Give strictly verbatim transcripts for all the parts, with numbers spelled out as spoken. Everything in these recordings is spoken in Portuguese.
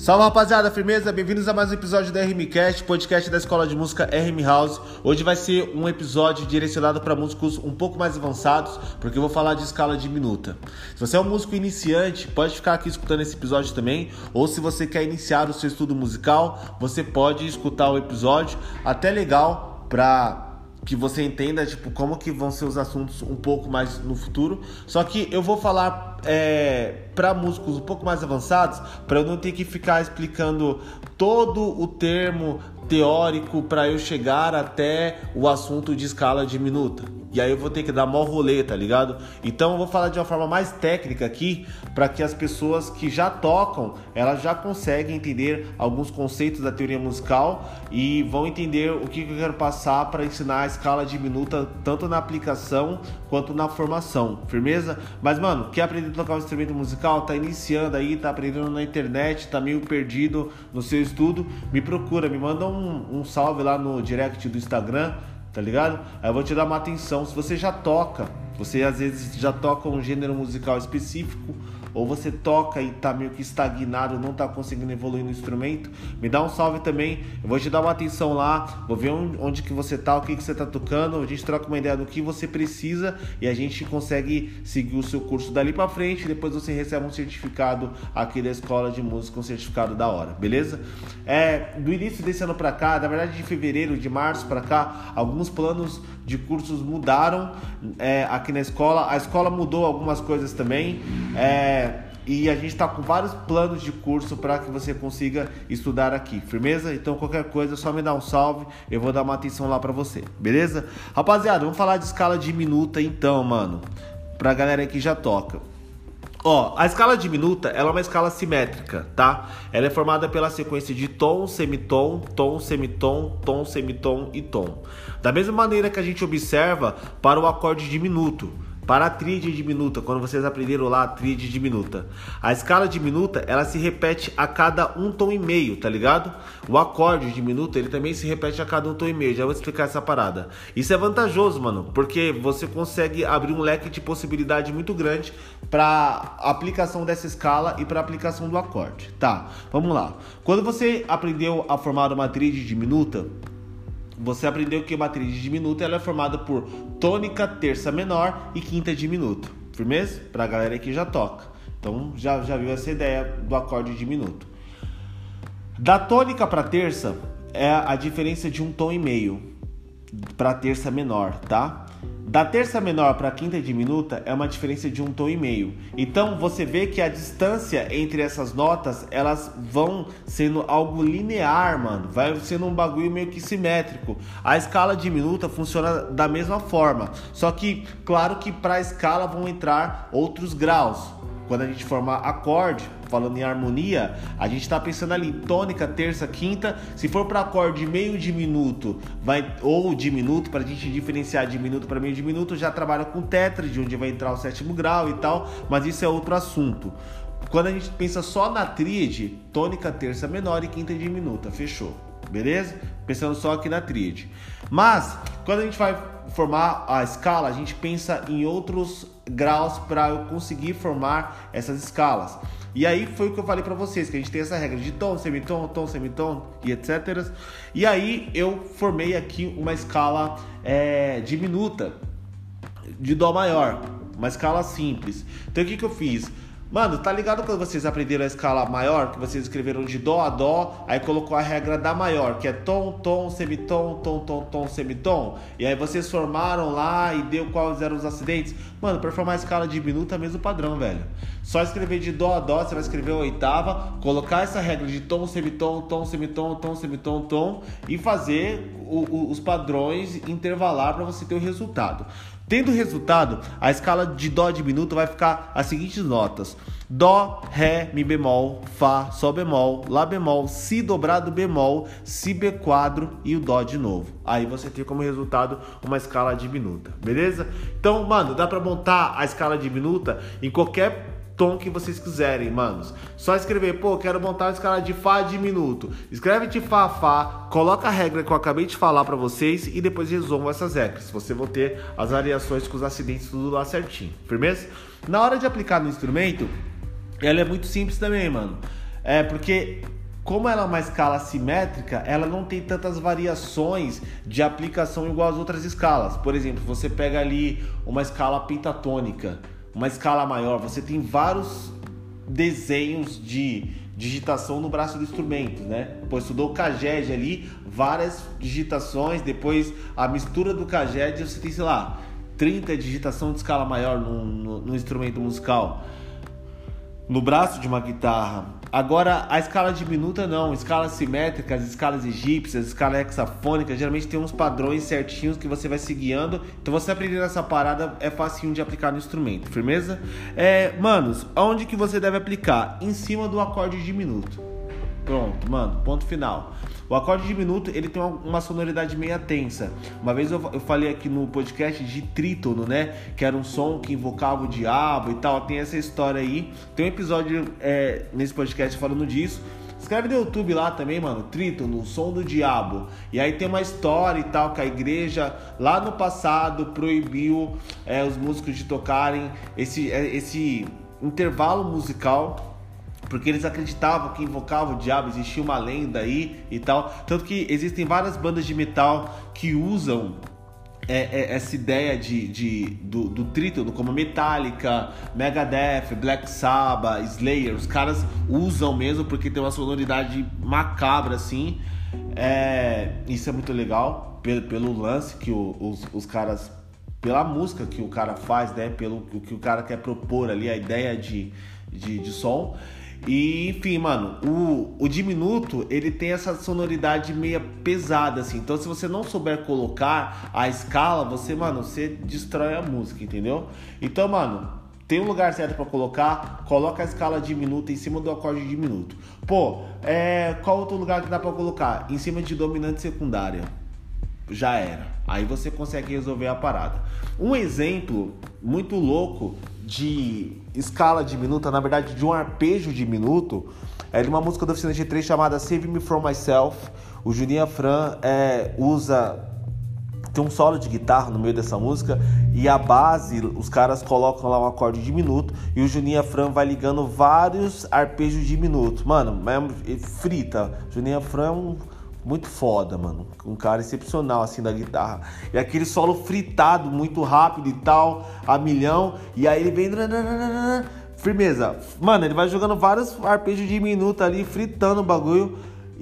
Salve, rapaziada, firmeza? Bem-vindos a mais um episódio da R M Cast, podcast da Escola de Música R M House. Hoje vai ser um episódio direcionado para músicos um pouco mais avançados, porque eu vou falar de escala diminuta. Se você é um músico iniciante, pode ficar aqui escutando esse episódio também, ou se você quer iniciar o seu estudo musical, você pode escutar o episódio, até legal para que você entenda tipo, como que vão ser os assuntos um pouco mais no futuro. Só que eu vou falar é, para músicos um pouco mais avançados, para eu não ter que ficar explicando todo o termo teórico para eu chegar até o assunto de escala diminuta. E aí eu vou ter que dar mó rolê, tá ligado? Então eu vou falar de uma forma mais técnica aqui, para que as pessoas que já tocam, elas já conseguem entender alguns conceitos da teoria musical e vão entender o que eu quero passar para ensinar a escala diminuta, tanto na aplicação quanto na formação, firmeza? Mas, mano, quer aprender a tocar um instrumento musical? Tá iniciando aí, tá aprendendo na internet, tá meio perdido no seu estudo? Me procura, me manda um, um salve lá no direct do Instagram, tá ligado? Aí eu vou te dar uma atenção. Se você já toca, você às vezes já toca um gênero musical específico, ou você toca e tá meio que estagnado, não tá conseguindo evoluir no instrumento, me dá um salve também, eu vou te dar uma atenção lá, vou ver onde que você tá, o que que você tá tocando, a gente troca uma ideia do que você precisa e a gente consegue seguir o seu curso dali pra frente, depois você recebe um certificado aqui da Escola de Música, um certificado da hora, beleza? É, do início desse ano pra cá, na verdade de fevereiro, de março pra cá, alguns planos de cursos mudaram é, aqui na escola, a escola mudou algumas coisas também, é, e a gente está com vários planos de curso para que você consiga estudar aqui, firmeza? Então qualquer coisa, só me dá um salve, eu vou dar uma atenção lá para você, beleza? Rapaziada, vamos falar de escala diminuta então, mano, pra galera aí que já toca. Ó, a escala diminuta, ela é uma escala simétrica, tá? Ela é formada pela sequência de tom, semitom, tom, semitom, tom, semitom e tom. Da mesma maneira que a gente observa para o acorde diminuto, para a tríade diminuta, quando vocês aprenderam lá a tríade diminuta. A escala diminuta, ela se repete a cada um tom e meio, tá ligado? O acorde diminuto, ele também se repete a cada um tom e meio. Já vou explicar essa parada. Isso é vantajoso, mano, porque você consegue abrir um leque de possibilidade muito grande para aplicação dessa escala e para aplicação do acorde. Tá, vamos lá. Quando você aprendeu a formar uma tríade diminuta, você aprendeu que uma tríade diminuta ela é formada por tônica, terça menor e quinta diminuta. Firmeza? Pra galera que já toca. Então já, já viu essa ideia do acorde diminuto. Da tônica para terça é a diferença de um tom e meio para terça menor, tá? Da terça menor para quinta diminuta é uma diferença de um tom e meio. Então você vê que a distância entre essas notas, elas vão sendo algo linear, mano. Vai sendo um bagulho meio que simétrico. A escala diminuta funciona da mesma forma. Só que, claro que para a escala vão entrar outros graus. Quando a gente formar acorde, falando em harmonia, a gente está pensando ali tônica, terça, quinta. Se for para acorde meio diminuto vai, ou diminuto, para a gente diferenciar diminuto para meio diminuto, já trabalha com tétrade, onde vai entrar o sétimo grau e tal, mas isso é outro assunto. Quando a gente pensa só na tríade, tônica, terça menor e quinta diminuta, fechou, beleza? Pensando só aqui na tríade. Mas, quando a gente vai formar a escala, a gente pensa em outros graus para eu conseguir formar essas escalas. E aí foi o que eu falei para vocês, que a gente tem essa regra de tom, semitom, tom, semitom e etcétera. E aí eu formei aqui uma escala é, diminuta de dó maior, uma escala simples. Então o que que eu fiz? Mano, tá ligado quando vocês aprenderam a escala maior, que vocês escreveram de dó a dó, aí colocou a regra da maior, que é tom, tom, semitom, tom, tom, tom, semitom, e aí vocês formaram lá e deu quais eram os acidentes? Mano, pra formar a escala diminuta é o mesmo padrão, velho. Só escrever de dó a dó, você vai escrever a oitava, colocar essa regra de tom, semitom, tom, semitom, tom, semitom, tom, e fazer o, o, os padrões intervalar para você ter o resultado. Tendo o resultado, a escala de dó diminuto vai ficar as seguintes notas: dó, ré, mi bemol, fá, sol bemol, lá bemol, si dobrado bemol, si b quadro e o dó de novo. Aí você tem como resultado uma escala diminuta, beleza? Então, mano, dá pra montar a escala diminuta em qualquer tom que vocês quiserem, manos. Só escrever, pô, quero montar uma escala de Fá diminuto. Escreve de Fá a Fá, coloca a regra que eu acabei de falar pra vocês e depois resolvam essas regras. Você vai ter as variações com os acidentes tudo lá certinho, firmeza? Na hora de aplicar no instrumento, ela é muito simples também, mano. É, porque como ela é uma escala simétrica, ela não tem tantas variações de aplicação igual as outras escalas. Por exemplo, você pega ali uma escala pentatônica, uma escala maior, você tem vários desenhos de digitação no braço do instrumento, né? Pô, estudou o caged ali, várias digitações, depois a mistura do caged, você tem, sei lá, trinta digitação de escala maior no, no, no instrumento musical, no braço de uma guitarra. Agora, a escala diminuta não, escalas simétricas, escalas egípcias, escala hexafônica, geralmente tem uns padrões certinhos que você vai se guiando. Então você aprendendo essa parada é facinho de aplicar no instrumento, firmeza? É, manos, aonde que você deve aplicar? Em cima do acorde diminuto. Pronto, mano, ponto final. O acorde diminuto, ele tem uma, uma sonoridade meio tensa. Uma vez eu, eu falei aqui no podcast de trítono, né? Que era um som que invocava o diabo e tal. Tem essa história aí. Tem um episódio é, nesse podcast falando disso. Escreve no YouTube lá também, mano. Trítono, o som do diabo. E aí tem uma história e tal, que a igreja lá no passado proibiu é, os músicos de tocarem esse, esse intervalo musical, porque eles acreditavam que invocava o diabo, existia uma lenda aí e tal. Tanto que existem várias bandas de metal que usam é, é, essa ideia de, de, do, do trítono, como Metallica, Megadeth, Black Sabbath, Slayer. Os caras usam mesmo porque tem uma sonoridade macabra assim. É, isso é muito legal, pelo, pelo lance que o, os, os caras... pela música que o cara faz, né? Pelo que o cara quer propor ali, a ideia de, de, de som. E, enfim, mano, o, o diminuto, ele tem essa sonoridade meio pesada, assim. Então, se você não souber colocar a escala, você, mano, você destrói a música, entendeu? Então, mano, tem um lugar certo pra colocar, coloca a escala diminuta em cima do acorde diminuto. Pô, é, qual outro lugar que dá pra colocar? Em cima de dominante secundária. Já era. Aí você consegue resolver a parada. Um exemplo muito louco de escala diminuta, na verdade de um arpejo diminuto, é de uma música da Oficina G três chamada Save Me From Myself. O Juninho Afran é, usa... tem um solo de guitarra no meio dessa música e a base, os caras colocam lá um acorde diminuto e o Juninho Afran vai ligando vários arpejos diminutos. Mano, é frita. Juninho Afran é um... muito foda, mano. Um cara excepcional, assim, da guitarra. E aquele solo fritado, muito rápido e tal, a milhão. E aí ele vem... firmeza. Mano, ele vai jogando vários arpejos diminutos ali, fritando o bagulho.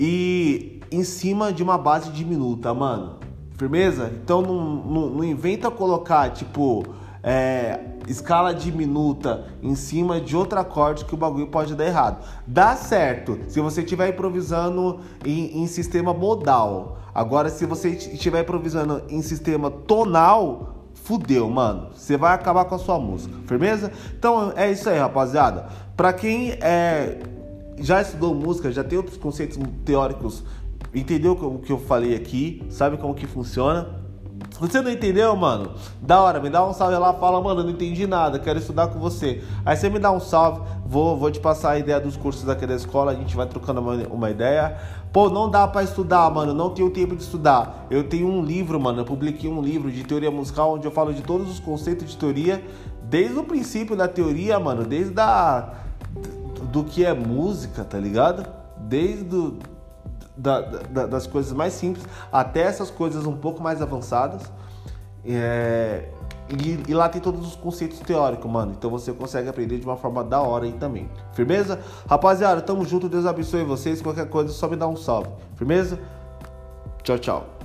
E em cima de uma base diminuta, mano. Firmeza? Então não, não, não inventa colocar, tipo... É, escala diminuta em cima de outro acorde que o bagulho pode dar errado. Dá certo se você estiver improvisando em, em sistema modal. Agora, se você estiver improvisando em sistema tonal, fudeu, mano. Você vai acabar com a sua música, firmeza? Então é isso aí, rapaziada. Pra quem é, já estudou música, já tem outros conceitos teóricos, entendeu o que eu falei aqui, sabe como que funciona? Se você não entendeu, mano, da hora, me dá um salve lá, fala, mano, não entendi nada, quero estudar com você. Aí você me dá um salve, vou, vou te passar a ideia dos cursos aqui da escola, a gente vai trocando uma, uma ideia. Pô, não dá pra estudar, mano, não tenho tempo de estudar. Eu tenho um livro, mano, eu publiquei um livro de teoria musical, onde eu falo de todos os conceitos de teoria, desde o princípio da teoria, mano, desde a, do que é música, tá ligado? Desde o... Da, da, das coisas mais simples até essas coisas um pouco mais avançadas, é, e, e lá tem todos os conceitos teóricos, mano. Então você consegue aprender de uma forma da hora aí também. Firmeza? Rapaziada, tamo junto, Deus abençoe vocês. Qualquer coisa, só me dá um salve. Firmeza? Tchau, tchau.